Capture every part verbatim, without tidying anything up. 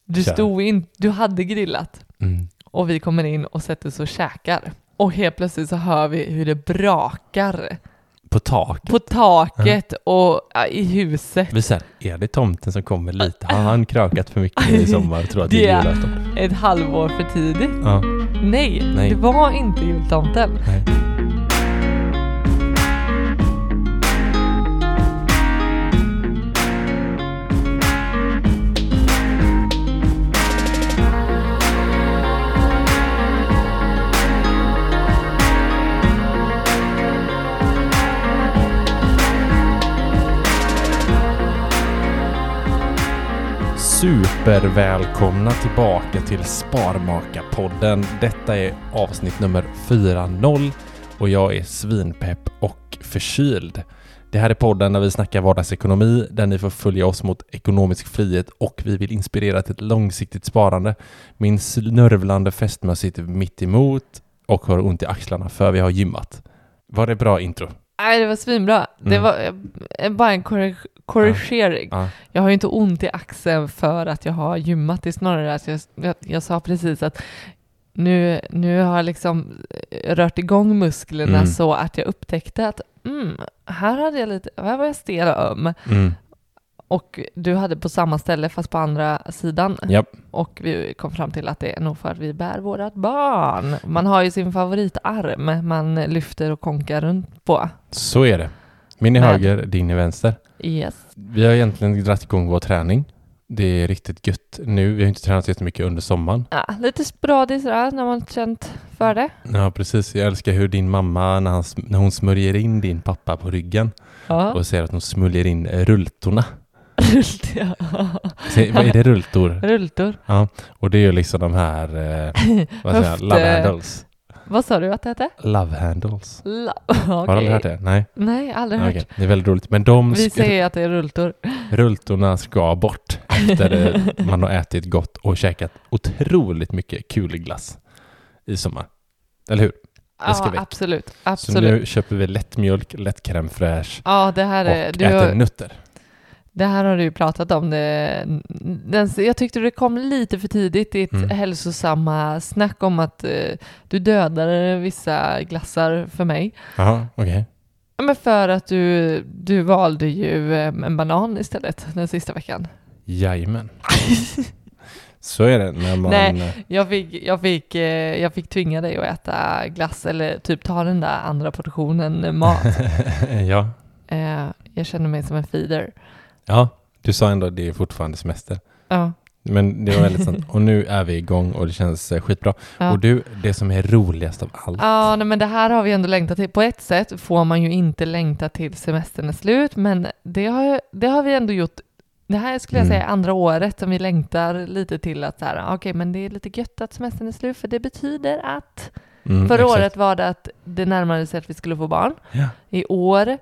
Du Kör. stod in, du hade grillat. Mm. Och vi kommer in och sätter oss och käkar. Och helt plötsligt så hör vi hur det brakar. På taket. På taket mm. och ja, i huset. Vi säger, är det tomten som kommer lite? Har han krakat för mycket i sommar? Tror att det, det är julafton. Ett halvår för tidigt. Ja. Nej, Nej, det var inte jultomten. Nej. Supervälkomna tillbaka till Sparmakarpodden. Detta är avsnitt nummer fyrtio och jag är svinpepp och förkyld. Det här är podden där vi snackar vardagsekonomi, där ni får följa oss mot ekonomisk frihet och vi vill inspirera till ett långsiktigt sparande. Min snörvlande fästmö sitter mitt emot och har ont i axlarna för vi har gymmat. Var det bra intro? Nej, det var svinbra. Mm. Det var eh, bara en korrig- korrigering. Ja. Ja. Jag har ju inte ont i axeln för att jag har gymmat. Det är snarare att jag, jag, jag sa precis att nu, nu har jag liksom rört igång musklerna mm. så att jag upptäckte att mm, här hade jag lite, här var jag stel och öm. Mm. Och du hade på samma ställe fast på andra sidan. Yep. Och vi kom fram till att det är nog för att vi bär vårat barn. Man har ju sin favoritarm man lyfter och konkar runt på. Så är det. Min är Men. höger, din är vänster. Yes. Vi har egentligen dratt igång vår träning. Det är riktigt gött nu. Vi har inte tränat jättemycket under sommaren. Ja, lite sporadiskt där när man känt för det. Ja, precis. Jag älskar hur din mamma, när, han, när hon smörjer in din pappa på ryggen ja. och säger att hon smörjer in rulltorna. Ja. Se, vad är det rulltor? Rulltor. Ja, och det är ju liksom de här eh, vad säger jag, love handles. Vad sa du att det hette? Love handles. Lo- okay. Har du aldrig hört det? Nej. Nej, aldrig hört. Okay. Det är väldigt roligt. Men de Vi ska, säger att det är rulltor. Rulltorna ska bort efter man har ätit gott och käkat otroligt mycket kulglass i sommar. Eller hur? Det ska ja, väck. absolut. absolut. Så nu köper vi lättmjölk, lätt crème fraîche ja, det här är, och du äter har... nötter. Det här har du ju pratat om. Det, den, jag tyckte det kom lite för tidigt i ett mm. hälsosamma snack om att eh, du dödade vissa glassar för mig. Jaha, okej. Okay. Men för att du, du valde ju eh, en banan istället den sista veckan. Jajamän. Så är det när man... Nej, jag fick, jag, fick, eh, jag fick tvinga dig att äta glass eller typ ta den där andra portionen mat. Ja. Eh, jag känner mig som en feeder. Ja, du sa ändå att det är fortfarande semester. Ja. Men det var väldigt sant. Och nu är vi igång och det känns skitbra. Ja. Och du, det som är roligast av allt. Ja, nej, men det här har vi ändå längtat till. På ett sätt får man ju inte längta till semestern är slut. Men det har, det har vi ändå gjort. Det här skulle jag säga mm. andra året som vi längtar lite till att så här, okej, okay, men det är lite gött att semestern är slut. För det betyder att mm, förra exakt. året var det att det närmade sig att vi skulle få barn. Ja. I år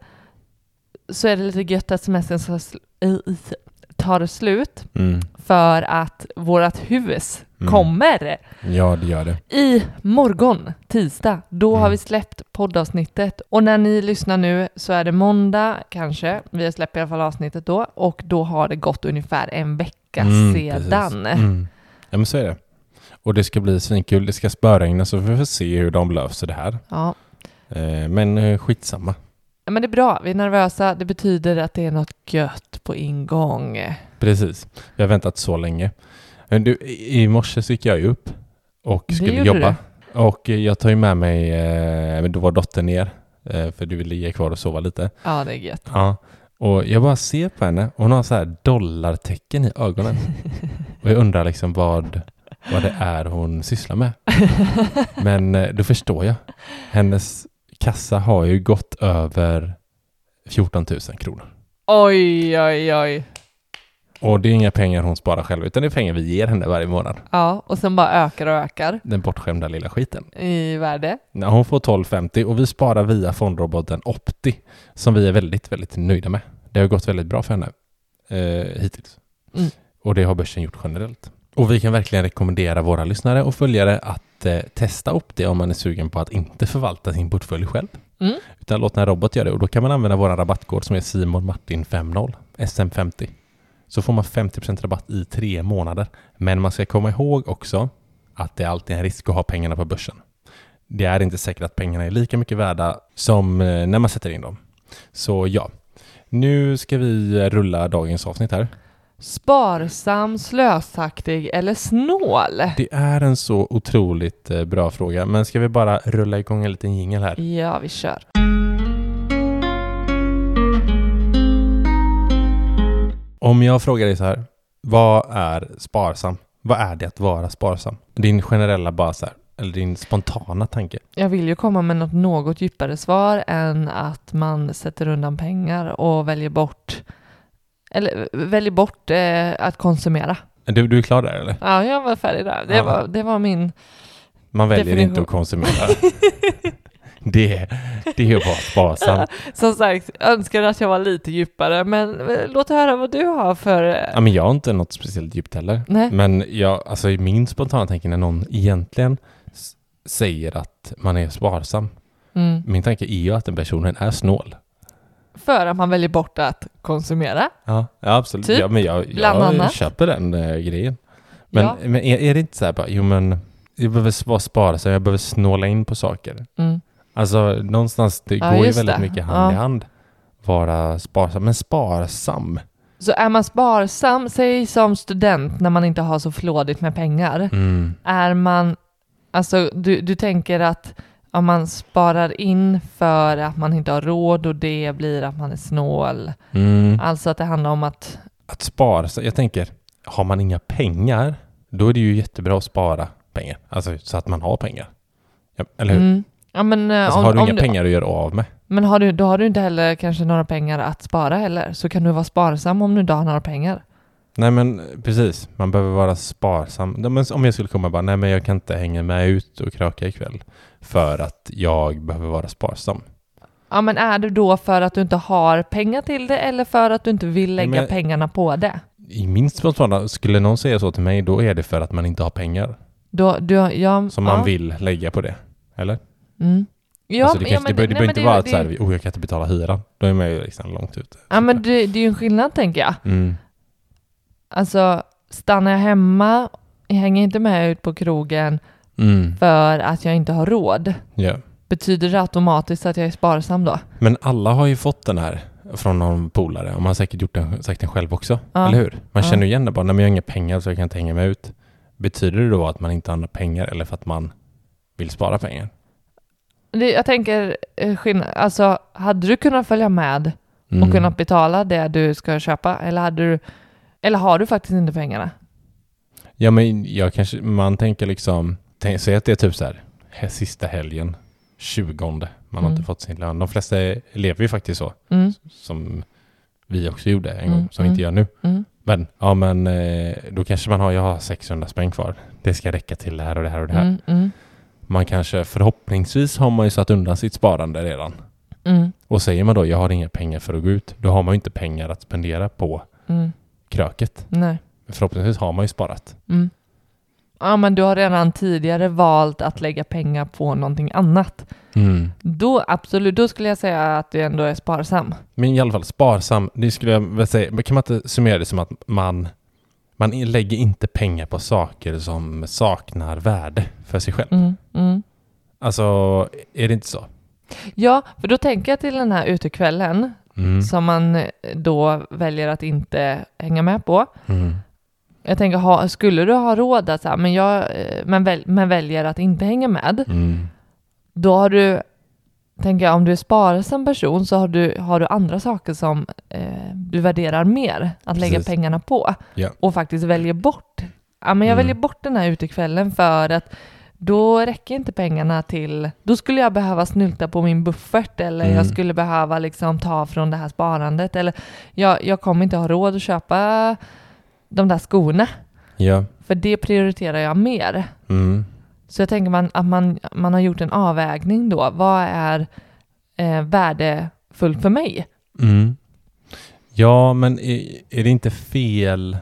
så är det lite gött att semestern ska sl- tar slut mm. för att vårat hus mm. kommer. Ja, det gör det. I morgon, tisdag, då mm. har vi släppt poddavsnittet. Och när ni lyssnar nu så är det måndag kanske. Vi har släppt i alla fall avsnittet då. Och då har det gått ungefär en vecka mm, sedan. Mm. Ja, men så är det. Och det ska bli svinkul. Det ska spöregna så vi får se hur de löser det här. Ja. Eh, men skitsamma. Ja, men det är bra. Vi är nervösa. Det betyder att det är något gött på ingång. Precis. Vi har väntat så länge. Du, i morse så gick jag ju upp och det skulle jobba. Det. Och jag tar ju med mig, eh, då var dottern ner. Eh, för du ville ligga kvar och sova lite. Ja, det är gött. Ja. Och jag bara ser på henne. Och hon har så här dollartecken i ögonen. Och jag undrar liksom vad, vad det är hon sysslar med. Men eh, då förstår jag. Hennes kassa har ju gått över fjorton tusen kronor. Oj, oj, oj. Och det är inga pengar hon sparar själv, utan det är pengar vi ger henne varje månad. Ja, och sen bara ökar och ökar. Den bortskämda lilla skiten. I värde. Ja, hon får tolv femtio och vi sparar via fondroboten Opti, som vi är väldigt, väldigt nöjda med. Det har gått väldigt bra för henne eh, hittills. Mm. Och det har börsen gjort generellt. Och vi kan verkligen rekommendera våra lyssnare och följare att eh, testa Opti om man är sugen på att inte förvalta sin portfölj själv. Mm. Utan låta en robot göra det. Och då kan man använda vår rabattkod som är Simon Martin femtio, S M femtio. så får man femtio procent rabatt i tre månader. Men man ska komma ihåg också att det är alltid en risk att ha pengarna på börsen. Det är inte säkert att pengarna är lika mycket värda som när man sätter in dem. Så ja, nu ska vi rulla dagens avsnitt här. Sparsam, slösaktig eller snål? Det är en så otroligt bra fråga. Men ska vi bara rulla igång en liten jingle här? Ja, vi kör. Om jag frågar dig så här, vad är sparsam? Vad är det att vara sparsam? Din generella bara så här, eller din spontana tanke? Jag vill ju komma med något något djupare svar än att man sätter undan pengar och väljer bort eller väljer bort eh, att konsumera. Du, du är klar där eller? Ja, jag var färdig där. Det, ja. var, det var min Man väljer definition. Inte att konsumera. det, det är ju bara sparsam. Som sagt, önskar att jag var lite djupare. Men låt höra vad du har för... Ja, men jag har inte något speciellt djupt heller. Nej. Men jag, alltså, i min spontana tanke när någon egentligen s- säger att man är sparsam. Mm. Min tanke är ju att den personen är snål. För att man väljer bort att konsumera. Ja, ja absolut. Typ, ja, men jag, jag köper den äh, grejen. Men, ja. men är, är det inte så här bara, jo men jag behöver vara sparsam, jag behöver snåla in på saker. Mm. Alltså någonstans, det ja, går ju väldigt det. mycket hand ja. i hand. Vara sparsam, men sparsam. Så är man sparsam, säg som student när man inte har så flådigt med pengar. Mm. Är man, alltså du, du tänker att om man sparar in för att man inte har råd och det blir att man är snål. Mm. Alltså att det handlar om att... Att spara, så jag tänker, har man inga pengar, då är det ju jättebra att spara pengar. Alltså så att man har pengar. Ja, eller hur? Mm. Ja, men, alltså, om, har du inga du, pengar att göra av med? Men har du, då har du inte heller kanske några pengar att spara heller. Så kan du vara sparsam om du inte har några pengar. Nej men precis, man behöver vara sparsam. Men om jag skulle komma och bara, nej men jag kan inte hänga med ut och kröka ikväll. För att jag behöver vara sparsam. Ja, men är det då för att du inte har pengar till det eller för att du inte vill lägga men, pengarna på det? I min spontana, skulle någon säga så till mig, då är det för att man inte har pengar. Då, du, ja, som man ja. vill lägga på det, eller? Mm. Ja, alltså det, ja, kanske, men, det, det nej, behöver inte det, vara det, att så här, oh, jag kan inte betala hyran. Då är man ju liksom långt ute. Ja, men det, det är ju en skillnad, tänker jag. Mm. Alltså, stannar jag hemma, jag hänger inte med ut på krogen mm. för att jag inte har råd. Yeah. Betyder det automatiskt att jag är sparsam då? Men alla har ju fått den här från någon polare. Och man har säkert gjort den, sagt den själv också. Ja. Eller hur? Man känner ju igen det bara, när man har inga pengar så jag kan inte hänga med ut. Betyder det då att man inte har några pengar eller för att man vill spara pengar? Det, jag tänker, alltså hade du kunnat följa med mm. och kunnat betala det du ska köpa? Eller, hade du, eller har du faktiskt inte pengarna? Ja, men jag kanske, man tänker liksom, tänk, säg att det är typ så här, sista helgen, tjugonde, man mm. har inte fått sin lön. De flesta lever ju faktiskt så, mm. som vi också gjorde en mm. gång, som vi inte gör nu. Mm. Men, ja men, då kanske man har, jag har sexhundra spänn kvar. Det ska räcka till det här och det här och det här. Mm. Mm. Man kanske, förhoppningsvis har man ju satt undan sitt sparande redan. Mm. Och säger man då, jag har inga pengar för att gå ut, då har man ju inte pengar att spendera på mm. kröket. Nej. Förhoppningsvis har man ju sparat. Mm. Ja, men du har redan tidigare valt att lägga pengar på någonting annat. Mm. Då absolut, då skulle jag säga att det ändå är sparsam. Men i alla fall sparsam, det skulle jag väl säga, kan man inte summera det som att man, man lägger inte pengar på saker som saknar värde för sig själv. Mm. Mm. Alltså, är det inte så? Ja, för då tänker jag till den här utekvällen mm. som man då väljer att inte hänga med på. Mm. Jag tänker, ha, skulle du ha råd att så men, jag, men, väl, men väljer att inte hänga med, mm. då har du, tänker jag, om du är sparsam person så har du, har du andra saker som eh, du värderar mer att lägga Precis. pengarna på. Ja. Och faktiskt väljer bort. Ja, men jag mm. väljer bort den här utekvällen för att då räcker inte pengarna till, då skulle jag behöva snylta på min buffert eller mm. jag skulle behöva liksom ta från det här sparandet eller jag, jag kommer inte ha råd att köpa de där skorna. Ja. För det prioriterar jag mer. Mm. Så jag tänker man, att man, man har gjort en avvägning då. Vad är eh, värdefullt för mig? Mm. Ja, men är, är det inte fel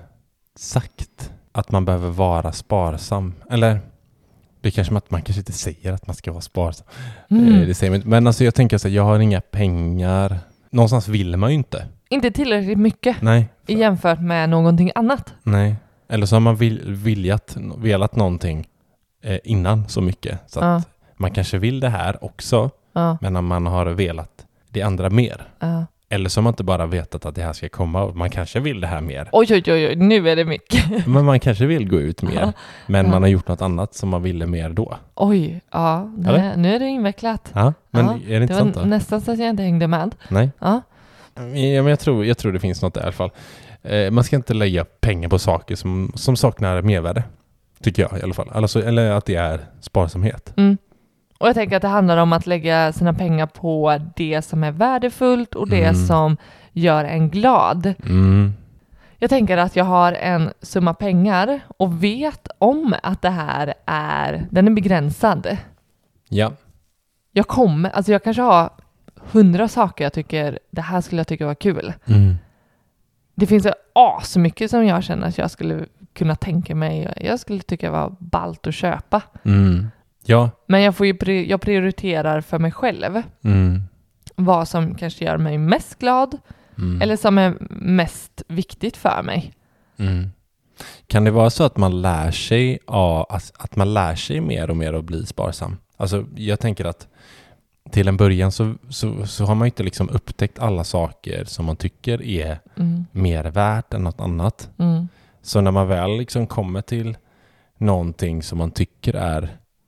sagt att man behöver vara sparsam? Eller det kanske att man kanske inte säger att man ska vara sparsam. Mm. Det säger man inte. Men alltså jag tänker så här, jag har inga pengar. Någonstans vill man ju inte inte tillräckligt mycket. Nej. Jämfört med någonting annat. Nej. Eller så har man vil, viljat, velat någonting eh, innan så mycket. Så att Ja. man kanske vill det här också. Ja. Men man har velat det andra mer. Ja. Eller så har man inte bara vetat att det här ska komma. Och man kanske vill det här mer. Oj, oj, oj, oj, nu är det mycket. Men man kanske vill gå ut mer. Ja. Men Ja. man har gjort något annat som man ville mer då. Oj, ja. Nej, nu är det invecklat. Ja, men Ja, är det inte det sant var då? nästan så att jag inte hängde med. Nej. Ja. Ja, men jag, tror, jag tror det finns något där i alla fall. Eh, man ska inte lägga pengar på saker som, som saknar mervärde. Tycker jag i alla fall. Alltså, eller att det är sparsamhet. Mm. Och jag tänker att det handlar om att lägga sina pengar på det som är värdefullt och det Mm. som gör en glad. Mm. Jag tänker att jag har en summa pengar och vet om att det här är, den är begränsad. Ja. Jag kommer, alltså jag kanske har hundra saker jag tycker, det här skulle jag tycka var kul. Mm. Det finns ju asmycket som jag känner att jag skulle kunna tänka mig, jag skulle tycka var ballt att köpa. Mm. Ja. Men jag får ju, pri- jag prioriterar för mig själv. Mm. Vad som kanske gör mig mest glad. Mm. Eller som är mest viktigt för mig. Mm. Kan det vara så att man lär sig ja, att, att man lär sig mer och mer att bli sparsam? Alltså jag tänker att till en början så, så, så har man inte liksom upptäckt alla saker som man tycker är Mm. mer värt än något annat. Mm. Så när man väl liksom kommer till någonting som man tycker är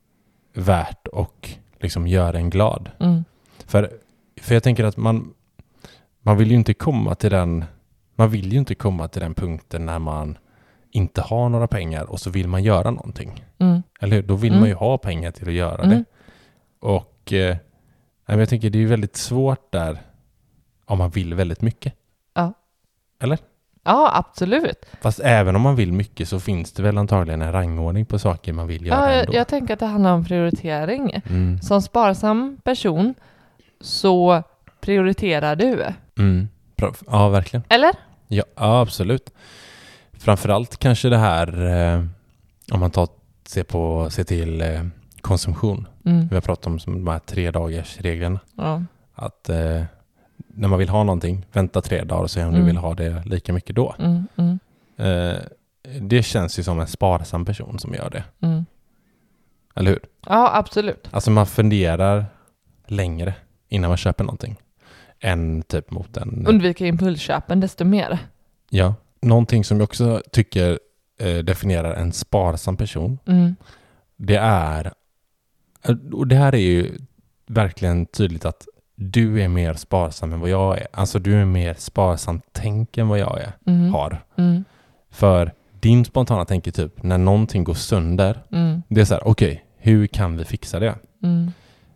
värt och liksom gör en glad. Mm. För, för jag tänker att man man vill ju inte komma till den man vill ju inte komma till den punkten när man inte har några pengar och så vill man göra någonting. Mm. Eller hur? Då vill Mm. man ju ha pengar till att göra Mm. det. Och eh, jag tänker det är ju väldigt svårt där om man vill väldigt mycket. Ja. Eller? Ja, absolut. Fast även om man vill mycket så finns det väl antagligen en rangordning på saker man vill göra Ja, jag, ändå. jag tänker att det handlar om prioritering. Mm. Som sparsam person så prioriterar du. Mm. Ja, verkligen. Eller? Ja, ja, absolut. Framförallt kanske det här eh, om man tar se på se till eh, konsumtion. Mm. Vi har pratat om som de här tre dagars reglerna. Ja. Att eh, när man vill ha någonting, vänta tre dagar och se om Mm. du vill ha det lika mycket då. Mm. Mm. Eh, det känns ju som en sparsam person som gör det. Mm. Eller hur? Ja, absolut. Alltså man funderar längre innan man köper någonting. Än typ mot en... Undvika impulsköpen desto mer. Ja. Någonting som jag också tycker eh, definierar en sparsam person. Mm. Det är... Och det här är ju verkligen tydligt att du är mer sparsam än vad jag är. Alltså du är mer sparsam tänk än vad jag är, Mm. har. Mm. För din spontana tänk är typ när någonting går sönder. Mm. Det är så här, okej, okay, hur kan vi fixa det? Mm.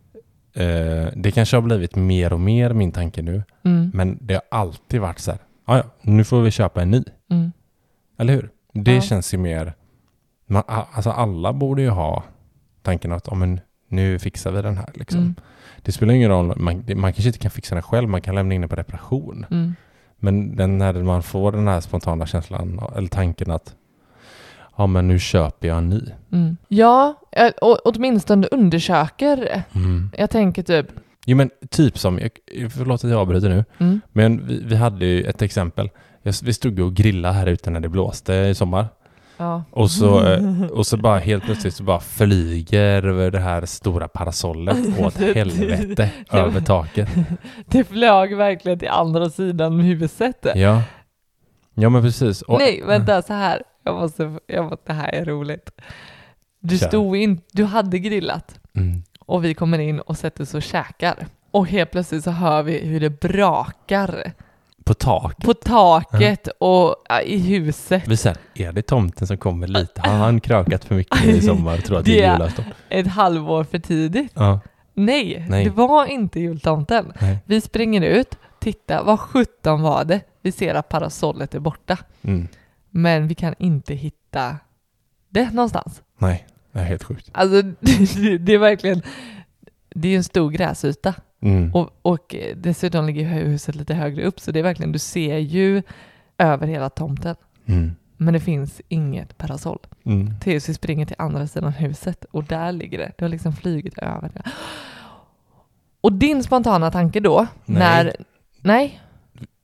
Eh, det kanske har blivit mer och mer min tanke nu. Mm. Men det har alltid varit så här, ja, nu får vi köpa en ny. Mm. Eller hur? Det Ja. känns ju mer... Man, alltså alla borde ju ha tanken att oh, men nu fixar vi den här. Liksom. Mm. Det spelar ingen roll. Man, man kanske inte kan fixa den själv. Man kan lämna in den på reparation. Mm. Men den, när man får den här spontana känslan eller tanken att ja, men nu köper jag en ny. Mm. Ja, jag- och åtminstone undersöker det. Mm. Jag tänker typ... Jo, men typ som... Jag, förlåt att jag avbryter nu. Mm. Men vi, vi hade ju ett exempel. Jag, vi stod och grillade här ute när det blåste i sommar. Ja. Och så, eh, och så bara helt plötsligt så bara flyger över det här stora parasollet åt helvete över taket. Det flög verkligen till andra sidan huset. Ja. Ja, men precis. Och, Nej, vänta, så här. Jag måste, jag måste, det här är roligt. Du Kör. stod in, du hade grillat Mm. och vi kommer in och sätter oss och käkar. Och helt plötsligt så hör vi hur det brakar På taket. på taket och ja, i huset. Vi säger, är det tomten som kommer lite? Har han krökat för mycket i sommar? Tror att det är Det- julafton. Ett halvår för tidigt. Ja. Nej, Nej. det var inte jultomten. Nej. Vi springer ut, titta, vad sjutton var det? Vi ser att parasollet är borta. Mm. Men vi kan inte hitta det någonstans. Nej, det är helt sjukt. Alltså det, det är verkligen, det är en stor gräsyta. Mm. Och, och dessutom ligger huset lite högre upp, så det är verkligen, du ser ju över hela tomten. Mm. Men det finns inget parasoll. Mm. Tills vi springer till andra sidan huset och där ligger det. Det har liksom flugit över det. Och din spontana tanke då, Nej. när... Nej.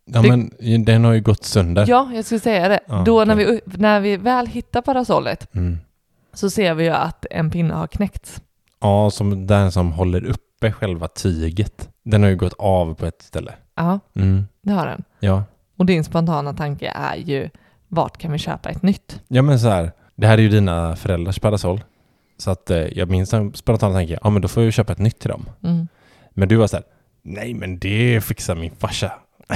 Ja, det, men den har ju gått sönder. Ja, jag skulle säga det. Ja, Då okay. när, vi, när vi väl hittar parasollet mm. så ser vi ju att en pinne har knäckts. Ja, som den som håller uppe själva tyget. Den har ju gått av på ett ställe. Ja, mm. det har den. Ja. Och din spontana tanke är ju, vart kan vi köpa ett nytt? Ja, men så här, det här är ju dina föräldrars parasoll. Så att eh, jag minns en spontana tanke, ja men då får jag köpa ett nytt till dem. Mm. Men du var så här, nej men det fixar min farsa.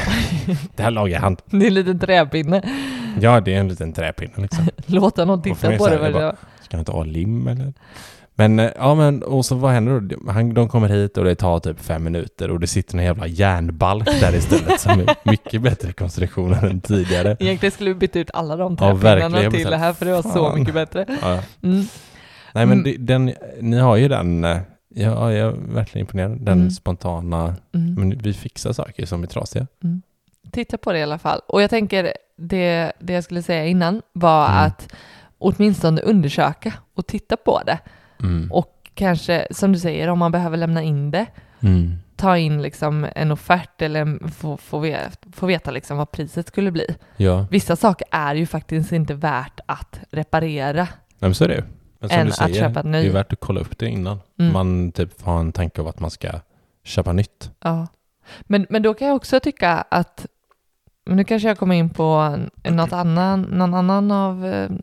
Det här lagar han. Det är en liten träpinne. Ja, det är en liten träpinne liksom. Låta någon titta på det. Bara, ska han inte ha lim eller? Men ja, men och så vad händer då? Han, de kommer hit och det tar typ fem minuter och det sitter en jävla järnbalk där istället som är mycket bättre konstruktion än tidigare. Egentligen skulle vi byta ut alla de träpinnarna ja, till det här för det var fan. Så mycket bättre. Ja. Mm. Nej, men det, den, ni har ju den, ja, jag är verkligen imponerad, den mm. spontana, mm. men vi fixar saker som är trasiga. Mm. Titta på det i alla fall. Och jag tänker, det, det jag skulle säga innan var mm. att åtminstone undersöka och titta på det. Mm. Och kanske, som du säger, om man behöver lämna in det, mm. ta in liksom en offert eller få, få, veta, få veta liksom vad priset skulle bli. Ja. Vissa saker är ju faktiskt inte värt att reparera. Nej, men så är det. Men som än du säger, att köpa ny. Det är värt att kolla upp det innan. Mm. Man typ har en tanke av att man ska köpa nytt. Ja. Men, men då kan jag också tycka att, men nu kanske jag kommer in på något annan, någon annan av,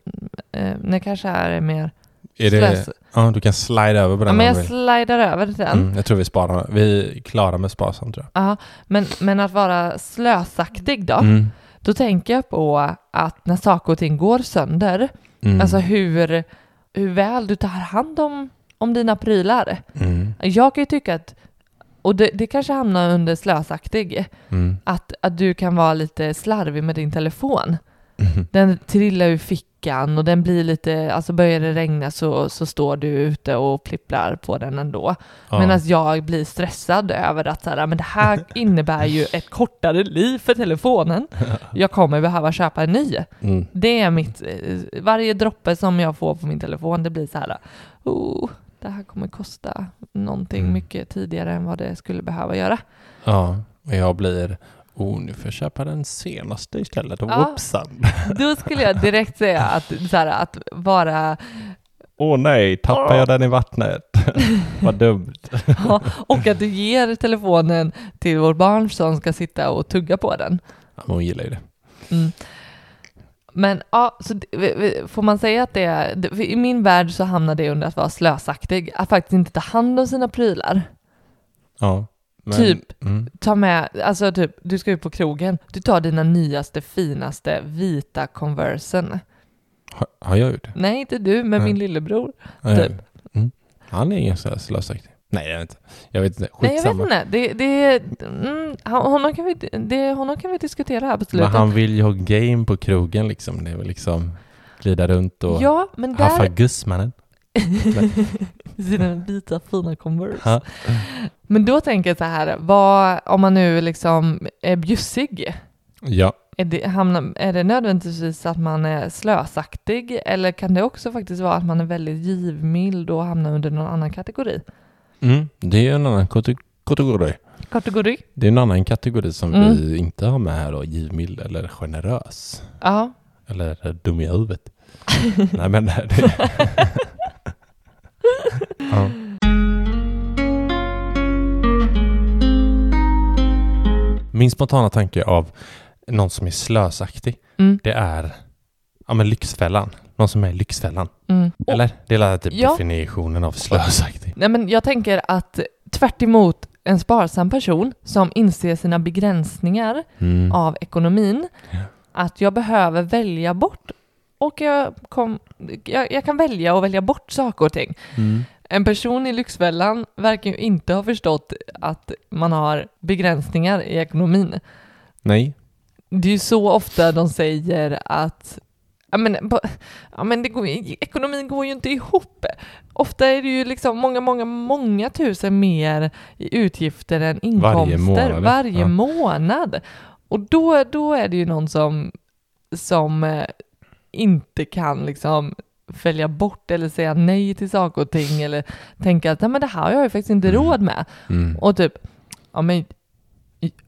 eh, det kanske är mer är det, ja, du kan slida över på den. Ja, men jag slidar över den. Mm, jag tror vi sparar, vi är klara med sparsamt tror jag. Ja, men, men att vara slösaktig då, mm. då tänker jag på att när saker och ting går sönder, mm. alltså hur, hur väl du tar hand om, om dina prylar. Mm. Jag kan ju tycka att, och det, det kanske hamnar under slösaktig, mm. att, att du kan vara lite slarvig med din telefon. Mm. Den trillar ur fickan och den blir lite, alltså börjar det regna så, så står du ute och plipplar på den ändå. Ja. Medan jag blir stressad över att så här, men det här innebär ju ett kortare liv för telefonen. Jag kommer behöva köpa en ny. Mm. Det är mitt, varje droppe som jag får på min telefon, det blir så här, oh, det här kommer kosta någonting mm. mycket tidigare än vad det skulle behöva göra. Ja, och jag blir... Oh, nu får jag köpa den senaste istället. Och ja, då skulle jag direkt säga att, så här, att vara... Åh oh, nej, tappar oh. jag den i vattnet? Vad dumt. Ja, och att du ger telefonen till vår barn som ska sitta och tugga på den. Ja, hon gillar ju det. Mm. Men ja, så får man säga att det är... I min värld så hamnar det under att vara slösaktig. Att faktiskt inte ta hand om sina prylar. Ja. Men, typ, mm. ta med, alltså typ, du ska ju på krogen, du tar dina nyaste, finaste, vita Conversen. Har, har jag gjort det? Nej, inte du, men Nej. min lillebror. Ja, typ. Mm. Han är ingen så slösaktig. Nej, jag vet inte. Jag vet inte. Skitsamma. Nej, jag vet inte. Det, det, mm, honom, kan vi, det, honom kan vi diskutera här på slutet. Men han vill ju ha game på krogen liksom. Det är väl liksom glida runt och ja, men där... haffa gussmannen. Sina vita fina Converse. Ha. Men då tänker jag så här, vad, om man nu liksom är bjussig, ja. är, det, hamnar, är det nödvändigtvis att man är slösaktig, eller kan det också faktiskt vara att man är väldigt givmild och hamnar under någon annan kategori? Mm, det är en annan kategori. Kategori? Det är en annan kategori som mm. vi inte har med här då, givmild eller generös. Ja. Eller dum i huvudet. Nej men det... Ja. Min spontana tanke av någon som är slösaktig, mm. det är ja, men Lyxfällan. Någon som är Lyxfällan. Mm. Eller? Det är typ ja. definitionen av slösaktig. Nej, men jag tänker att tvärt emot en sparsam person som inser sina begränsningar mm. av ekonomin, ja. att jag behöver välja bort och jag, kom, jag, jag kan välja och välja bort saker och ting. Mm. En person i Lyxfällan verkar ju inte ha förstått att man har begränsningar i ekonomin. Nej. Det är ju så ofta de säger att ja, men, ja, men det går, ekonomin går ju inte ihop. Ofta är det ju liksom många, många, många tusen mer i utgifter än inkomster varje månad. Varje ja. månad. Och då, då är det ju någon som, som inte kan liksom välja bort eller säga nej till saker och ting eller tänka att nej, men det här har jag ju faktiskt inte mm. råd med. Mm. Och typ, ja men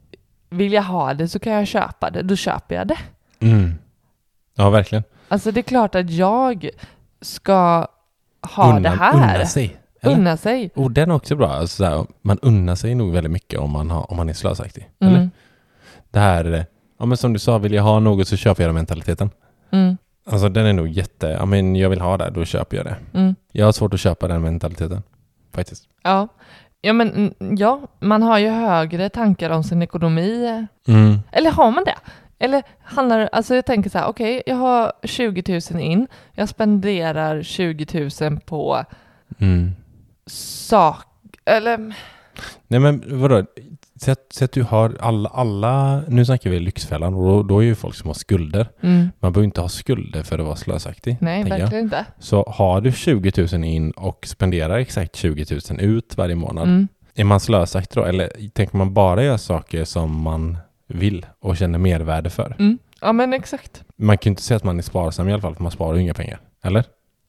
vill jag ha det så kan jag köpa det. Då köper jag det. Mm. Ja, verkligen. Alltså det är klart att jag ska ha unna, det här. Unna sig. Eller? Unna sig. Och den är också bra. Alltså, så här, man unnar sig nog väldigt mycket om man, har, om man är slösaktig. Mm. Eller? Det här, ja men som du sa, vill jag ha något så köper jag mentaliteten. Mm. Alltså den är nog jätte, ja men jag vill ha det, då köper jag det. Mm. Jag har svårt att köpa den mentaliteten, faktiskt. Ja. Ja, men ja, man har ju högre tankar om sin ekonomi. Mm. Eller har man det? Eller handlar, alltså jag tänker så här, okej, okay, jag har tjugo tusen in, jag spenderar tjugo tusen på mm. sak, eller... Nej men vadå, så att, så att du har alla, alla, nu snackar vi Lyxfällan och då, då är ju folk som har skulder. Mm. Man behöver inte ha skulder för att vara slösaktig. Nej, verkligen jag. inte. Så har du tjugo tusen in och spenderar exakt tjugo tusen ut varje månad, mm. är man slösaktig då? Eller tänker man bara göra saker som man vill och känner mervärde för? Mm. Ja men exakt. Man kan ju inte säga att man är sparsam i alla fall, för man sparar ju inga pengar, eller?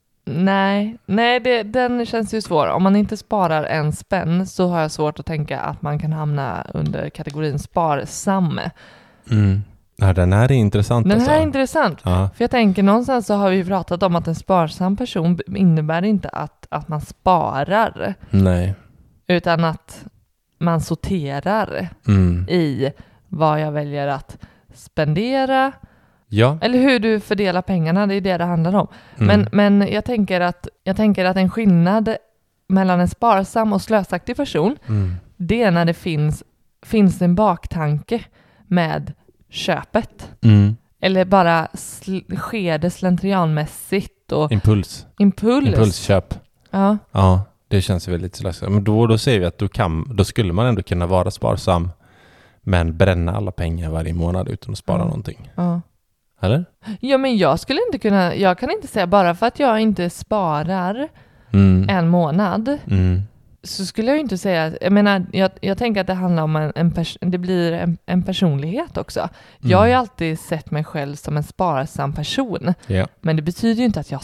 Nej, nej det, den känns ju svår. Om man inte sparar en spänn så har jag svårt att tänka att man kan hamna under kategorin sparsam. Mm. Ja, den här är intressant. Den alltså. här är intressant. Ja. För jag tänker någonstans så har vi pratat om att en sparsam person innebär inte att, att man sparar. Nej. Utan att man sorterar mm. i vad jag väljer att spendera. Ja. Eller hur du fördelar pengarna, det är det det handlar om. Mm. Men, men jag, tänker att, jag tänker att en skillnad mellan en sparsam och slösaktig person, mm. det är när det finns, finns en baktanke med köpet. Mm. Eller bara sl- sker det slentrianmässigt. Och Impuls. Impuls. Impulsköp. Ja. Ja, det känns väl lite slösaktigt. Men då, då säger vi att då, kan, då skulle man ändå kunna vara sparsam men bränna alla pengar varje månad utan att spara ja. någonting. Ja. Eller? Ja, men jag skulle inte kunna, jag kan inte säga bara för att jag inte sparar mm. en månad mm. så skulle jag inte säga, jag menar, jag, jag tänker att det handlar om en, en pers- det blir en, en personlighet också. Mm. Jag har ju alltid sett mig själv som en sparsam person. Yeah. Men det betyder ju inte att jag har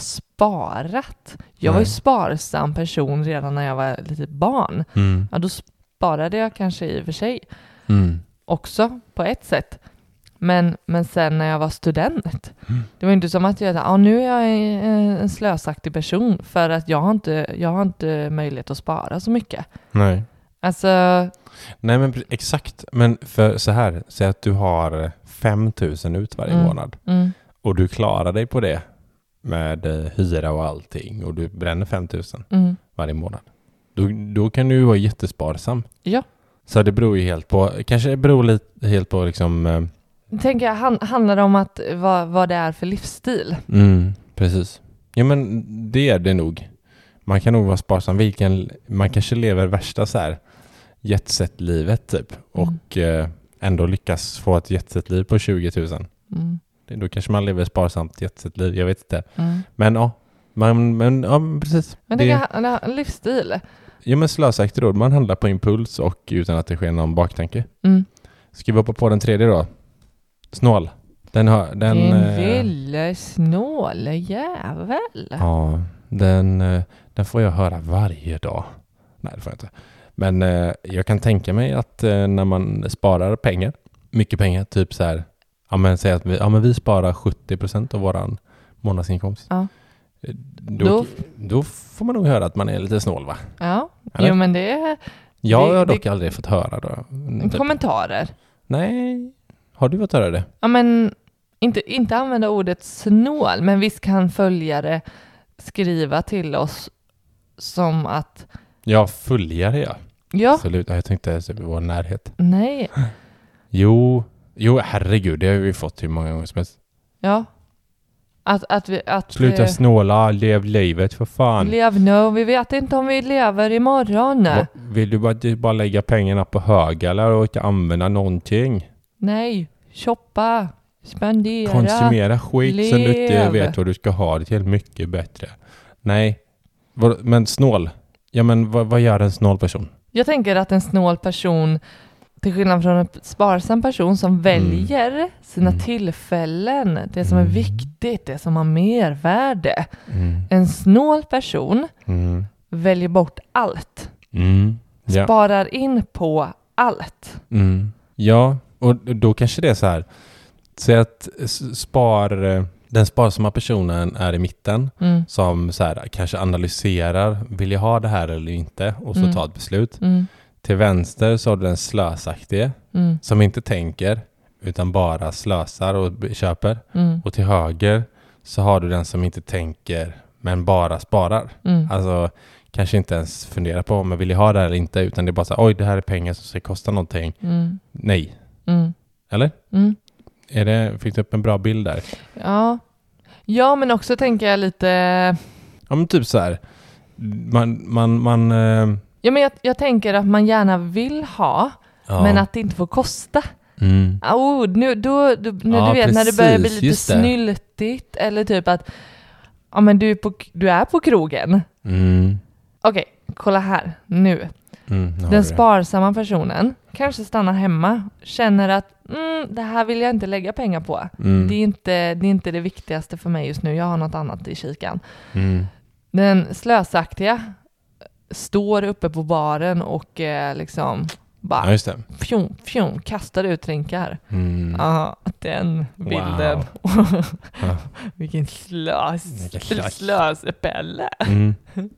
sparat. Jag Nej. var ju sparsam person redan när jag var lite barn. Mm. Ja, då sparade jag kanske i och för sig mm. också på ett sätt. Men, men sen när jag var student, mm. det var inte som att jag ah, nu är jag en slösaktig person för att jag har inte, jag har inte möjlighet att spara så mycket. Nej. Alltså... Nej men exakt, men för så här, säg att du har fem tusen ut varje mm. månad mm. och du klarar dig på det med eh, hyra och allting och du bränner fem tusen mm. varje månad. Då, då kan du ju vara jättesparsam. Ja. Så det beror ju helt på, kanske det beror lite helt på liksom... Eh, Tänker jag, han, handlar det om att vad, vad det är för livsstil? Mm, precis. Ja men det är det nog. Man kan nog vara sparsam. Vilken, man kanske lever värsta så här jetset-livet typ. Mm. Och eh, ändå lyckas få ett jetset-liv på tjugo tusen. Mm. Då kanske man lever sparsamt jetset-liv. Jag vet inte. Mm. Men ja, man, men, ja precis. Men det, det är en livsstil. Ja men slösaktigt då. Man handlar på impuls och utan att det sker någon baktanke. Mm. Ska vi hoppa på den tredje då? Snål. Den har... Den, Din ville snåla jävel. Ja, den, den får jag höra varje dag. Nej, det får jag inte. Men eh, jag kan tänka mig att eh, när man sparar pengar, mycket pengar, typ så här, ja men säg att vi, ja, men vi sparar sjuttio procent av våran månadsinkomst. Ja. Då, då, då får man nog höra att man är lite snål, va? Ja, jo men det är... Jag det, har dock det, aldrig fått höra då. Kommentarer. Nej, har du fått höra det? Ja men, inte, inte använda ordet snål, men visst kan följare skriva till oss som att... Ja, följare ja. Ja. Absolut, jag tänkte ens över vår närhet. Nej. Jo, jo herregud, det har vi fått hur många gånger som helst. Ja. Att, att vi, att Sluta vi, snåla, lev livet för fan. Lev nu, vi vet inte om vi lever imorgon. Va, vill du bara, bara lägga pengarna på högalar och inte använda någonting? Nej, shoppa, spendera, konsumera skit lev. Som du inte vet vad du ska ha det till mycket bättre. Nej, men snål. Ja men vad, vad gör en snål person? Jag tänker att en snål person, till skillnad från en sparsam person som väljer mm. sina mm. tillfällen, det som mm. är viktigt, det som har mervärde. Mm. En snål person mm. väljer bort allt. Mm. Ja. Sparar in på allt. Mm. Ja, Och då kanske det är så här. Säg att spar, den sparsamma personen är i mitten. Mm. Som så här, kanske analyserar. Vill jag ha det här eller inte? Och så mm. tar ett beslut. Mm. Till vänster så har du den slösaktige. Mm. Som inte tänker. Utan bara slösar och köper. Mm. Och till höger så har du den som inte tänker. Men bara sparar. Mm. Alltså kanske inte ens funderar på om jag vill ha det här eller inte. Utan det är bara så här, oj det här är pengar som ska kosta någonting. Mm. Nej. Mm. Eller? Mm. Är det, fick du upp en bra bild där? Ja. Ja, men också tänker jag lite... Ja, men typ så här. Man... man, man äh... Ja, men jag, jag tänker att man gärna vill ha. Ja. Men att det inte får kosta. Mm. Oh, nu, då, då, när ja, du vet, precis, när det börjar bli lite snyltigt. Eller typ att... Ja, men du är på, du är på krogen. Mm. Okej, okay, kolla här. Nu. Mm, den sparsamma personen kanske stannar hemma, känner att mm, det här vill jag inte lägga pengar på. Mm. Det, är inte, det är inte det viktigaste för mig just nu. Jag har något annat i kikan. Mm. Den slösaktiga står uppe på baren och eh, liksom bara ja, fjum, fjum, kastar ut drinkar. Mm. Ja, den bilden. Wow. Vilken slös, slösepelle. Mm.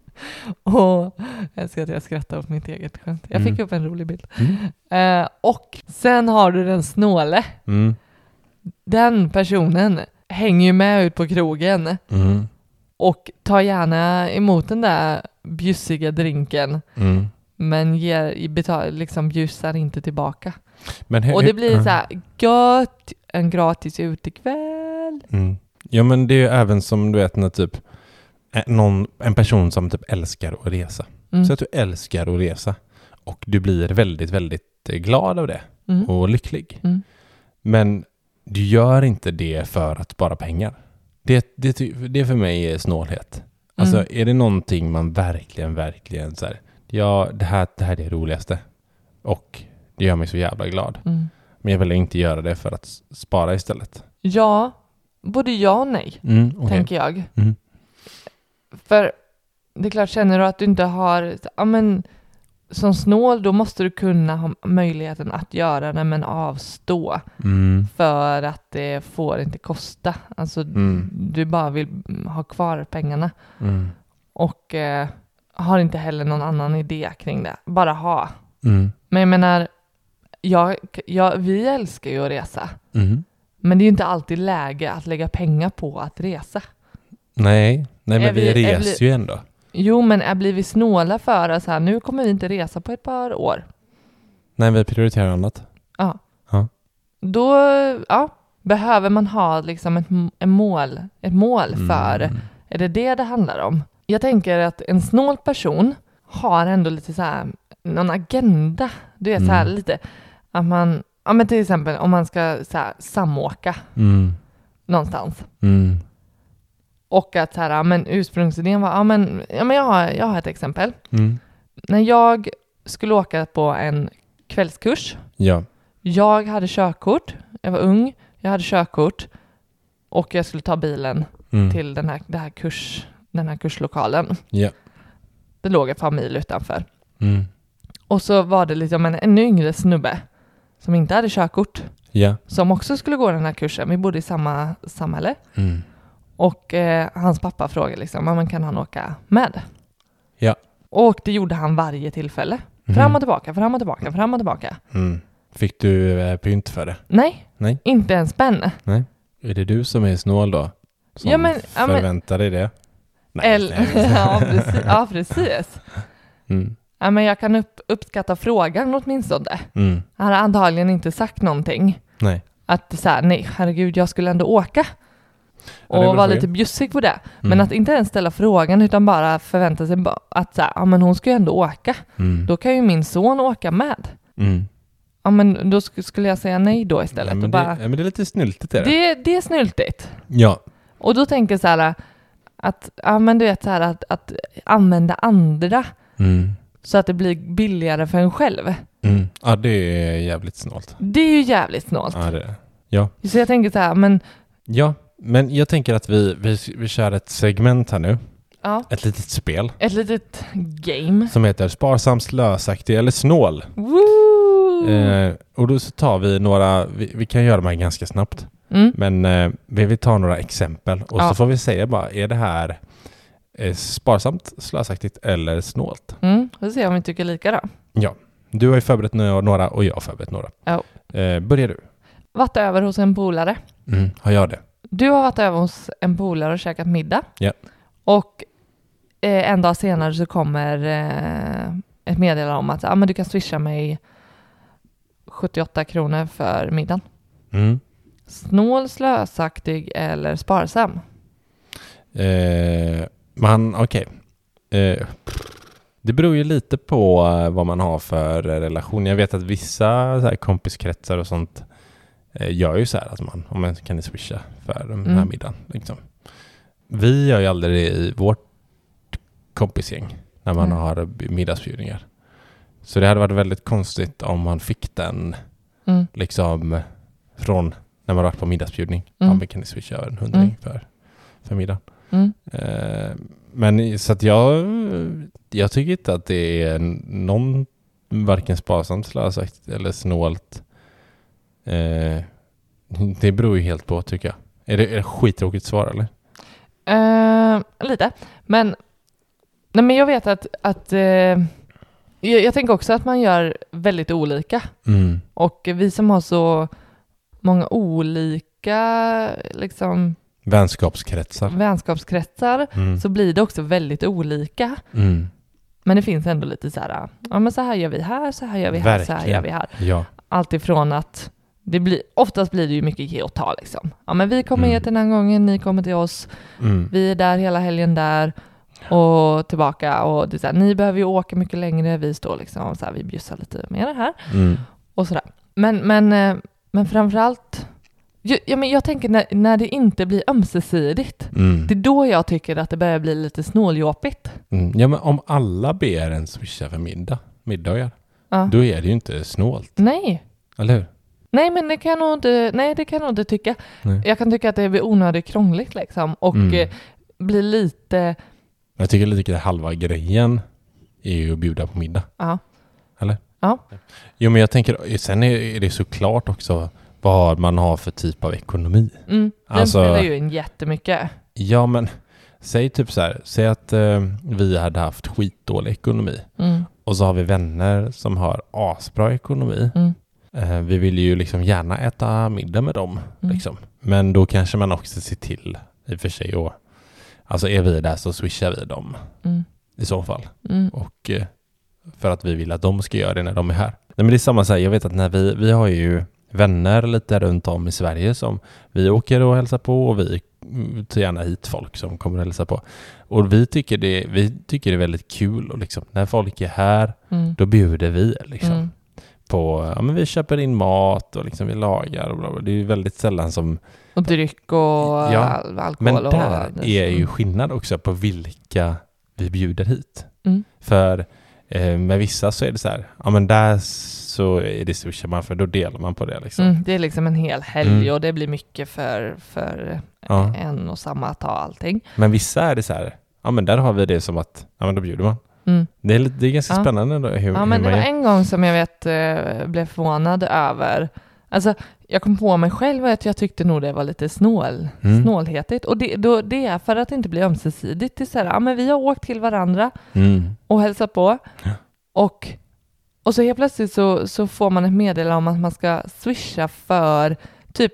Och jag ska att jag skrattar åt mitt eget skämt. Jag fick mm. upp en rolig bild. Mm. Uh, och sen har du den snåle. Mm. Den personen hänger ju med ut på krogen. Mm. Och tar gärna emot den där bjussiga drinken. Mm. Men ger, betal, liksom bjussar inte tillbaka. Men he- och det blir uh. så här, gött, en gratis utekväll. Mm. Ja, men det är ju även som du vet när typ någon, en person som typ älskar att resa. Mm. Så att du älskar att resa. Och du blir väldigt, väldigt glad av det. Mm. Och lycklig. Mm. Men du gör inte det för att spara pengar. Det, det, det för mig är snålhet. Alltså mm. är det någonting man verkligen, verkligen så här, ja, det här, det här är det roligaste. Och det gör mig så jävla glad. Mm. Men jag vill inte göra det för att spara istället. Ja, både ja och nej, mm, okay. tänker jag. Mm. För det är klart, känner du att du inte har... Ja, men, som snål, då måste du kunna ha möjligheten att göra det, men avstå. Mm. För att det får inte kosta. Alltså, mm. du bara vill ha kvar pengarna. Mm. Och eh, har inte heller någon annan idé kring det. Bara ha. Mm. Men jag menar, jag, jag, vi älskar ju att resa. Mm. Men det är ju inte alltid läge att lägga pengar på att resa. Nej, nej men vi, vi reser ju ändå. Jo, men är blir vi snåla för oss här? Nu kommer vi inte resa på ett par år. Nej, vi prioriterar annat. Ja. ja. Då ja, behöver man ha liksom ett, ett mål, ett mål för. Mm. Är det det det handlar om? Jag tänker att en snål person har ändå lite så här någon agenda. Du är mm. så här lite att man, ja men till exempel om man ska så här samåka mm. någonstans. Mm. Och att så här, men ursprungsidén var, ja men, ja, men jag, har, jag har ett exempel. Mm. När jag skulle åka på en kvällskurs. Ja. Jag hade körkort. Jag var ung. Jag hade körkort. Och jag skulle ta bilen mm. till den här, det här kurs, den här kurslokalen. Ja. Det låg ett par mil utanför. Mm. Och så var det liksom en ännu yngre snubbe som inte hade körkort. Ja. Som också skulle gå den här kursen. Vi bodde i samma samhälle. Mm. Och eh, hans pappa frågade liksom, men kan han åka med? Ja. Och det gjorde han varje tillfälle. Mm. Fram och tillbaka, fram och tillbaka, fram och tillbaka. Mm. Fick du eh, pynt för det? Nej, Nej, inte en spänn. Nej. Är det du som är snål då? Som ja, men, förväntar ja, men, dig det? Nej, eller, nej. ja, precis. Ja, precis. Mm. Ja, men jag kan upp, uppskatta frågan åtminstone. Mm. Han har antagligen inte sagt någonting. Nej. Att så här, nej, herregud, jag skulle ändå åka. Och ja, vara lite bjussig på det. Mm. Men att inte ens ställa frågan utan bara förvänta sig att så här, ja, men hon ska ju ändå åka. Mm. Då kan ju min son åka med. Mm. Ja, men då sk- skulle jag säga nej då istället. Ja, men, och det, bara, ja, men det är lite snyltigt. Är det? Det, det är snyltigt. Ja. Och då tänker jag så här att, ja, men du vet så här att, att använda andra mm. så att det blir billigare för en själv. Mm. Ja, det är jävligt snålt. Det är ju jävligt snålt. Ja, det är det. Ja. Så jag tänker så här, men... Ja, men jag tänker att vi, vi, vi kör ett segment här nu. Ja. Ett litet spel. Ett litet game. Som heter sparsam, slösaktig eller snål. Woo! Eh, och då så tar vi några, vi, vi kan göra de här ganska snabbt. Mm. Men eh, vi vill ta några exempel. Och ja. så får vi säga bara, är det här eh, sparsamt, slösaktigt eller snålt? Mm. Vi får se om vi tycker lika då. Ja. Du har ju förberett några och jag har förberett några. Ja. Eh, börjar du? Varit över hos en polare. Mm, har jag det? Du har varit över hos en polare och käkat middag. Ja. Och eh, en dag senare så kommer eh, ett meddelande om att ah, men du kan swisha mig sjuttioåtta kronor för middagen. Mm. Snål, slösaktig eller sparsam? Eh, man, okej. Okay. Eh, det beror ju lite på uh, vad man har för uh, relation. Jag vet att vissa så här, kompiskretsar och sånt uh, gör ju så här att man, om man kan ni swisha för den här Mm. middagen. Liksom. Vi gör ju aldrig det i vårt kompisgäng när man Mm. har middagsbjudningar. Så det hade varit väldigt konstigt om man fick den Mm. liksom från när man varit på middagsbjudning. Mm. Ja, men kan ni swisha över en hundring Mm. för, för middagen. Mm. Eh, men så att jag jag tycker inte att det är någon varken sparsamt, slösaktigt eller snålt. Eh, det beror ju helt på, tycker jag. Är det, är det skittråkigt svar eller? Uh, lite. Men, nej, men jag vet att, att uh, jag, jag tänker också att man gör väldigt olika. Mm. Och vi som har så många olika liksom, Vänskapskretsar. vänskapskretsar Mm. så blir det också väldigt olika. Mm. Men det finns ändå lite så här, ja men så här gör vi här, så här gör vi här, så här gör vi här. Ja. Allt ifrån att det blir, oftast blir det ju mycket ge och ta liksom. Ja men vi kommer Mm. hit den här gången, ni kommer till oss, Mm. vi är där hela helgen där och tillbaka och det är så här, ni behöver ju åka mycket längre, vi står liksom så här, vi bjussar lite mer här Mm. och sådär. Men, men, eh, men framförallt, ju- ja, men jag tänker när, när det inte blir ömsesidigt, Mm. det är då jag tycker att det börjar bli lite snåljåpigt. Mm. Ja, men om alla ber en swisha för middag, middagar, Ja. då är det ju inte snålt. Nej. Eller hur? Nej, men det kan jag nog inte, nej, det kan jag nog inte tycka. Nej. Jag kan tycka att det blir onödigt krångligt liksom och Mm. eh, blir lite, Jag tycker lite att halva grejen är ju att bjuda på middag. ja. Eller? Ja. Jo, men jag tänker, sen är, är det såklart också vad man har för typ av ekonomi. Mm, den Alltså- spelar ju in jättemycket. Ja, men säg typ så här, säg att eh, vi hade haft skitdålig ekonomi Mm, och så har vi vänner som har asbra ekonomi. mm, Eh, vi vill ju liksom gärna äta middag med dem. Mm. Liksom. Men då kanske man också ser till i och för sig. Och, alltså är vi där så swishar vi dem mm, i så fall. mm, Och eh, för att vi vill att de ska göra det när de är här. Nej, men det är samma så här, jag vet att när vi, vi har ju vänner lite runt om i Sverige som vi åker och hälsar på och vi tar gärna hit folk som kommer och hälsar på. Och vi tycker det, vi tycker det är väldigt kul och liksom, när folk är här mm, då bjuder vi liksom. mm. På, ja men vi köper in mat och liksom vi lagar och bla bla. Det är ju väldigt sällan som... Och dryck och Ja, al- alkohol. Men och, där är ju skillnad också på vilka vi bjuder hit. Mm. För eh, med vissa så är det så här, ja men där så är det swishar man för då delar man på det liksom. Mm, det är liksom en hel helg Mm. och det blir mycket för, för Ja. en och samma att ta allting. Men vissa är det så här, ja men där har vi det som att, ja men då bjuder man. Mm. Det är, lite, det är ganska Ja. spännande då, hur, Ja, hur men det man var gör. en gång som jag vet eh, blev förvånad över. Alltså, jag kom på mig själv att jag tyckte nog det var lite snål, Mm. snålhetigt. Och det, då, det är för att det inte blir ömsesidigt. Det är så här, ja, men vi har åkt till varandra Mm. och hälsat på. Ja. Och, och så helt plötsligt så, så får man ett meddelande om att man ska swisha för typ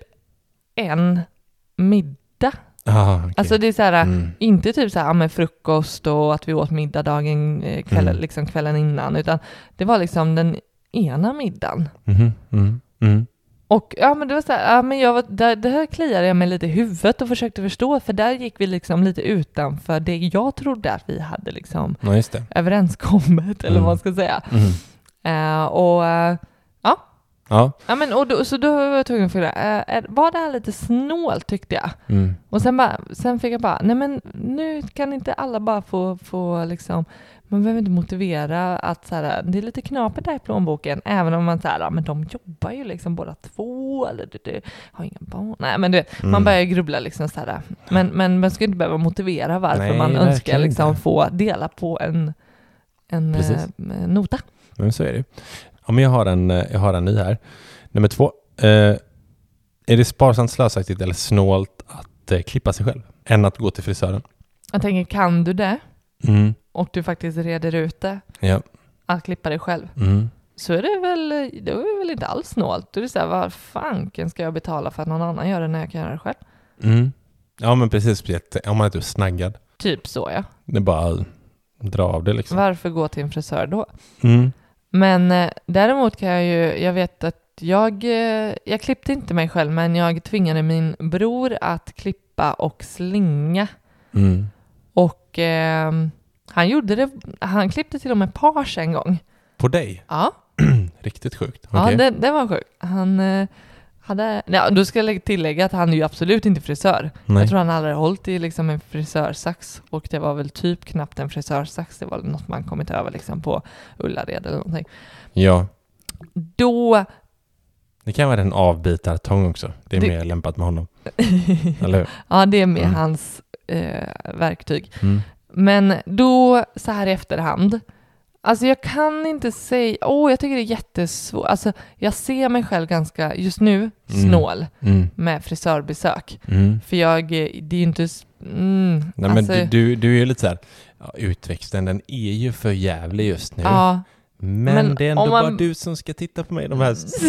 en middag. Ah, okay. Alltså det är så här, mm. inte typ så här, ja, med frukost och att vi åt middag dagen, eh, kvällen, Mm. liksom kvällen innan, utan det var liksom den ena middagen. Mhm. Mm. Mm. Och ja, men det var så här, ja, men jag var, där, det här kliade jag mig lite i huvudet och försökte förstå, för där gick vi liksom lite utanför det jag trodde att vi hade liksom Ja, just det. överenskommet, eller Mm. vad man ska säga. Mm. Eh, och eh, ja, Ja. ja men, och då, så då var jag tvungen att fråga, eh, är- var det här lite snålt tyckte jag? Mm. Och sen, bara, sen fick jag bara, nej men nu kan inte alla bara få, få liksom, man behöver inte motivera att så här, det är lite knapert där i plånboken, även om man säger, ja, men de jobbar ju liksom båda två, eller du, du har inga barn. Nej, men det, Mm. man börjar ju grubbla liksom så här, men, men man ska inte behöva motivera varför Nej, man verkligen önskar liksom inte. få dela på en, en Precis. eh, nota. Men så är det. Ja, men jag har en, jag har en ny här. Nummer två. Eh, är det sparsamt, slösaktigt eller snålt att eh, klippa sig själv än att gå till frisören? Jag tänker, kan du det? Mm. Och du faktiskt reder ut det. Ja. Att klippa dig själv. Mm. Så är det väl, det är väl inte alls snålt. Du är så här, vad fanken ska jag betala för att någon annan gör det när jag kan göra det själv? Mm. Ja, men precis. Om man är typ snaggad. Typ så, ja. Det är bara att dra av det liksom. Varför gå till en frisör då? Mm. Men eh, däremot kan jag ju, jag vet att jag, eh, jag klippte inte mig själv, men jag tvingade min bror att klippa och slinga. Mm. Och eh, han gjorde det, han klippte till och med page en gång. På dig? Ja. Riktigt sjukt. Okay. Ja, det, det var sjukt. Han eh, hade, ja, då ska jag tillägga att han är ju absolut inte frisör. Nej. Jag tror han aldrig hållit i liksom en frisörsax, och det var väl typ knappt en frisörsax. Det var något man kommit över liksom på Ullared eller någonting. Ja. Då... Det kan vara en avbitartång också. Det är det... mer lämpat med honom. Eller hur? Ja, det är med mm. hans eh, verktyg. Mm. Men då, så här i efterhand, alltså jag kan inte säga, åh oh, jag tycker det är jättesvårt. Alltså jag ser mig själv ganska, just nu, snål mm. Mm. med frisörbesök. Mm. För jag, det är ju inte... Mm, Nej alltså, men du, du är ju lite så här, ja, utväxten den är ju för jävlig just nu. Ja. Men, men det är ändå man... bara du som ska titta på mig de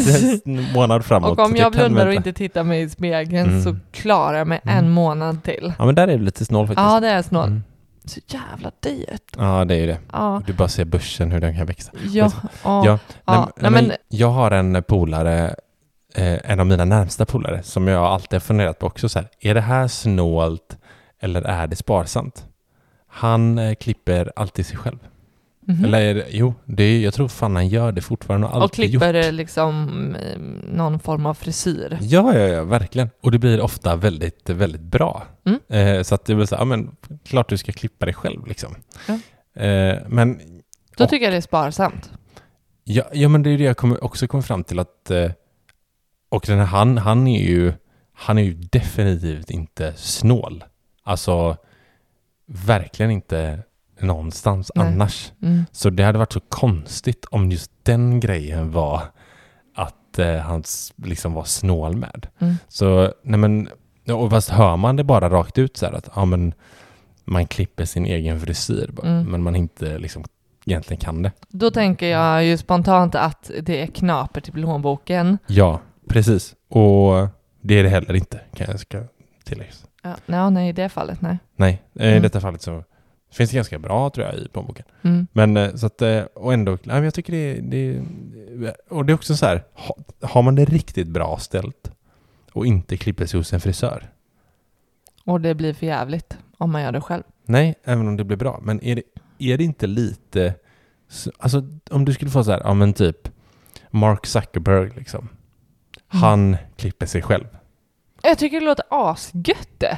här månader framåt. Och om jag blundar och inte tittar mig i spegeln mm. så klarar jag mig mm. en månad till. Ja, men där är det lite snål faktiskt. Ja, det är snål. Mm. Så jävla dyrt. Ja, det är det. Ja. Du bara ser börsen, hur den kan växa. Ja. Men, ja. ja. ja. Nej, Nej, men, jag har en polare, eh, en av mina närmsta polare, som jag alltid har funderat på också. Så här, är det här snålt eller är det sparsamt? Han eh, klipper alltid sig själv. Mm-hmm. Eller är det, jo, det är, jag tror fan han gör det fortfarande. Och, och klipper gjort. liksom någon form av frisyr. Ja, ja, ja, verkligen. Och det blir ofta väldigt, väldigt bra. Mm. Eh, så att det blir så, ja men klart du ska klippa dig själv liksom. Ja. Eh, men... Då och, tycker jag det är sparsamt. Ja, ja men det är det jag kommer, också kommer fram till att eh, och den här, han, han är ju han är ju definitivt inte snål. Alltså verkligen inte någonstans Nej. annars. Mm. Så det hade varit så konstigt om just den grejen var att eh, han liksom var snål med. Mm. Så, nej men, och fast hör man det bara rakt ut så här att ja, men, man klipper sin egen frisyr mm. men man inte liksom egentligen kan det. Då tänker jag ju spontant att det är knapert i plånboken. Ja, precis. Och det är det heller inte, kan jag ska tillägga. Ja, no, nej, i det fallet, nej. Nej, mm. i detta fallet så finns det ganska bra tror jag i plånboken. Mm. Men så att, och ändå, nej, jag tycker det, det och det är också så här, ha, har man det riktigt bra ställt och inte klipper sig hos en frisör. Och det blir för jävligt om man gör det själv. Nej, även om det blir bra. Men är det, är det inte lite, alltså om du skulle få så här, ja men typ Mark Zuckerberg liksom. Mm. Han klipper sig själv. Jag tycker det låter asgött det.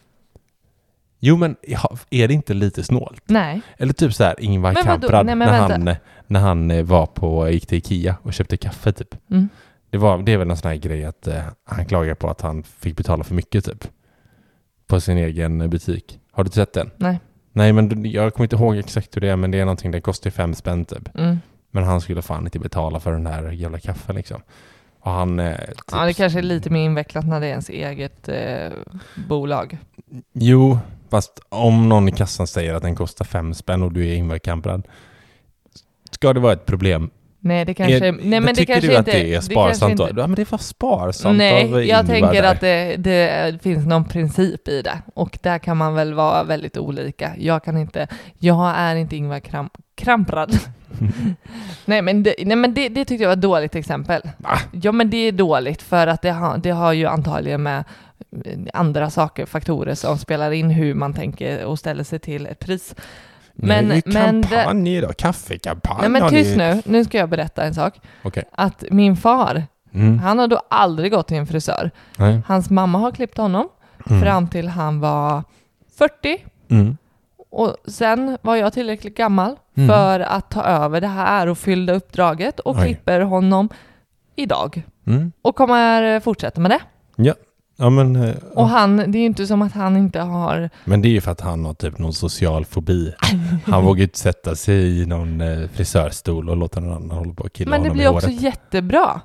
Jo, men är det inte lite snålt? Nej. Eller typ så här Ingvar Kamprad Nej, när, han, när han var på, gick till Ikea och köpte kaffe typ. Mm. Det, var, det är väl en sån här grej att eh, han klagar på att han fick betala för mycket typ. På sin egen butik. Har du sett den? Nej. Nej, men jag kommer inte ihåg exakt hur det är, men det är någonting, det kostar fem spänn typ. Mm. Men han skulle fan inte betala för den här jävla kaffen liksom. Och han, eh, typ, ja, det kanske är lite mer invecklat när det är ens eget eh, bolag. Jo, fast om någon i kassan säger att den kostar fem spänn och du är Ingvar Kamprad, ska det vara ett problem? Nej, det kanske... Är, nej, men det tycker kanske du inte, att det är sparsamt då? Ja, men det var sparsamt. Nej, jag tänker där. att det, det finns någon princip i det. Och där kan man väl vara väldigt olika. Jag kan inte... Jag är inte Ingvar Kram, Kamprad. nej, men, det, nej, men det, det tyckte jag var ett dåligt exempel. Ah. Ja, men det är dåligt för att det har, det har ju antagligen med andra saker, faktorer som spelar in hur man tänker och ställer sig till ett pris. Men, nej, men kampanj då, kaffekampanj. Nej, men tyst nu, nu ska jag berätta en sak. Okay. Att min far, mm. han har då aldrig gått till en frisör. Nej. Hans mamma har klippt honom mm. fram till han var fyrtio. Mm. Och sen var jag tillräckligt gammal mm. för att ta över det här och fylla uppdraget och Oj. klipper honom idag. Mm. Och kommer fortsätta med det. Ja, Ja, men, uh, och han, det är ju inte som att han inte har... Men det är ju för att han har typ någon social fobi. Han vågar inte sätta sig i någon uh, frisörstol och låta någon annan hålla på och killa Men det honom blir i också håret. Jättebra.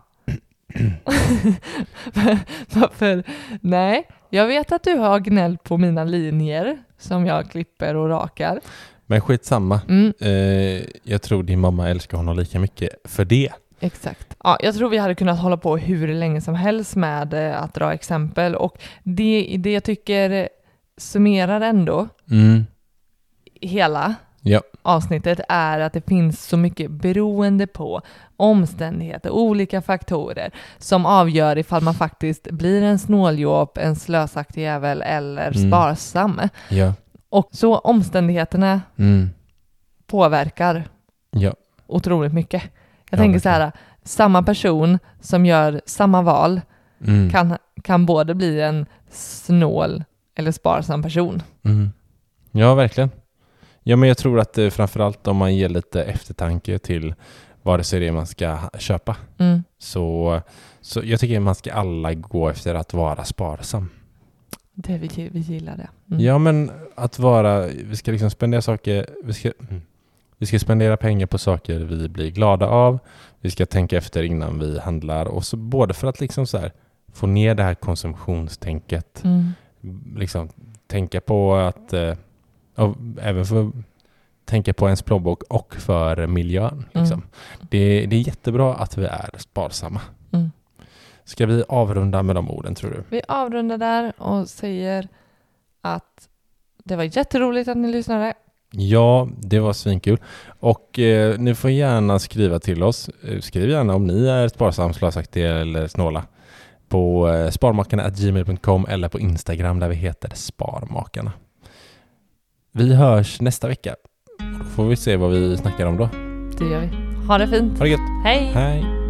Varför? Nej, jag vet att du har gnällt på mina linjer som jag klipper och rakar. Men skitsamma. Mm. Uh, jag tror din mamma älskar honom lika mycket för det. Exakt. Ja, jag tror vi hade kunnat hålla på hur länge som helst med eh, att dra exempel. Och det, det jag tycker summerar ändå Mm. hela Ja. avsnittet är att det finns så mycket beroende på omständigheter, olika faktorer som avgör ifall man faktiskt blir en snåljåp, en slösaktig jävel eller Mm. sparsam. Ja. Och så omständigheterna Mm. påverkar Ja. otroligt mycket. Jag Ja, tänker så här, samma person som gör samma val Mm. kan, kan både bli en snål eller sparsam person. Mm. Ja, verkligen. Ja, men jag tror att eh, framförallt om man ger lite eftertanke till vare sig det är man ska ha- köpa. Mm. Så, så jag tycker man ska alla gå efter att vara sparsam. Det vi, vi gillar det. Mm. Ja, men att vara, vi ska liksom spendera saker, vi ska, mm. vi ska spendera pengar på saker vi blir glada av. Vi ska tänka efter innan vi handlar. Och så både för att liksom så här, få ner det här konsumtionstänket. Mm. Liksom tänka på att eh, och även för tänka på ens plånbok och för miljön. Liksom. Mm. Det, det är jättebra att vi är sparsamma. Mm. Ska vi avrunda med de orden, tror du? Vi avrundar där och säger att det var jätteroligt att ni lyssnade. Ja, det var svinkul. Och eh, ni får gärna skriva till oss. Eh, Skriv gärna om ni är sparsam, slösaktiga eller snåla. På eh, sparmakarna at gmail dot com eller på Instagram där vi heter Sparmakarna. Vi hörs nästa vecka. Då får vi se vad vi snackar om då. Det gör vi. Ha det fint. Ha det gött. Hej! Hej!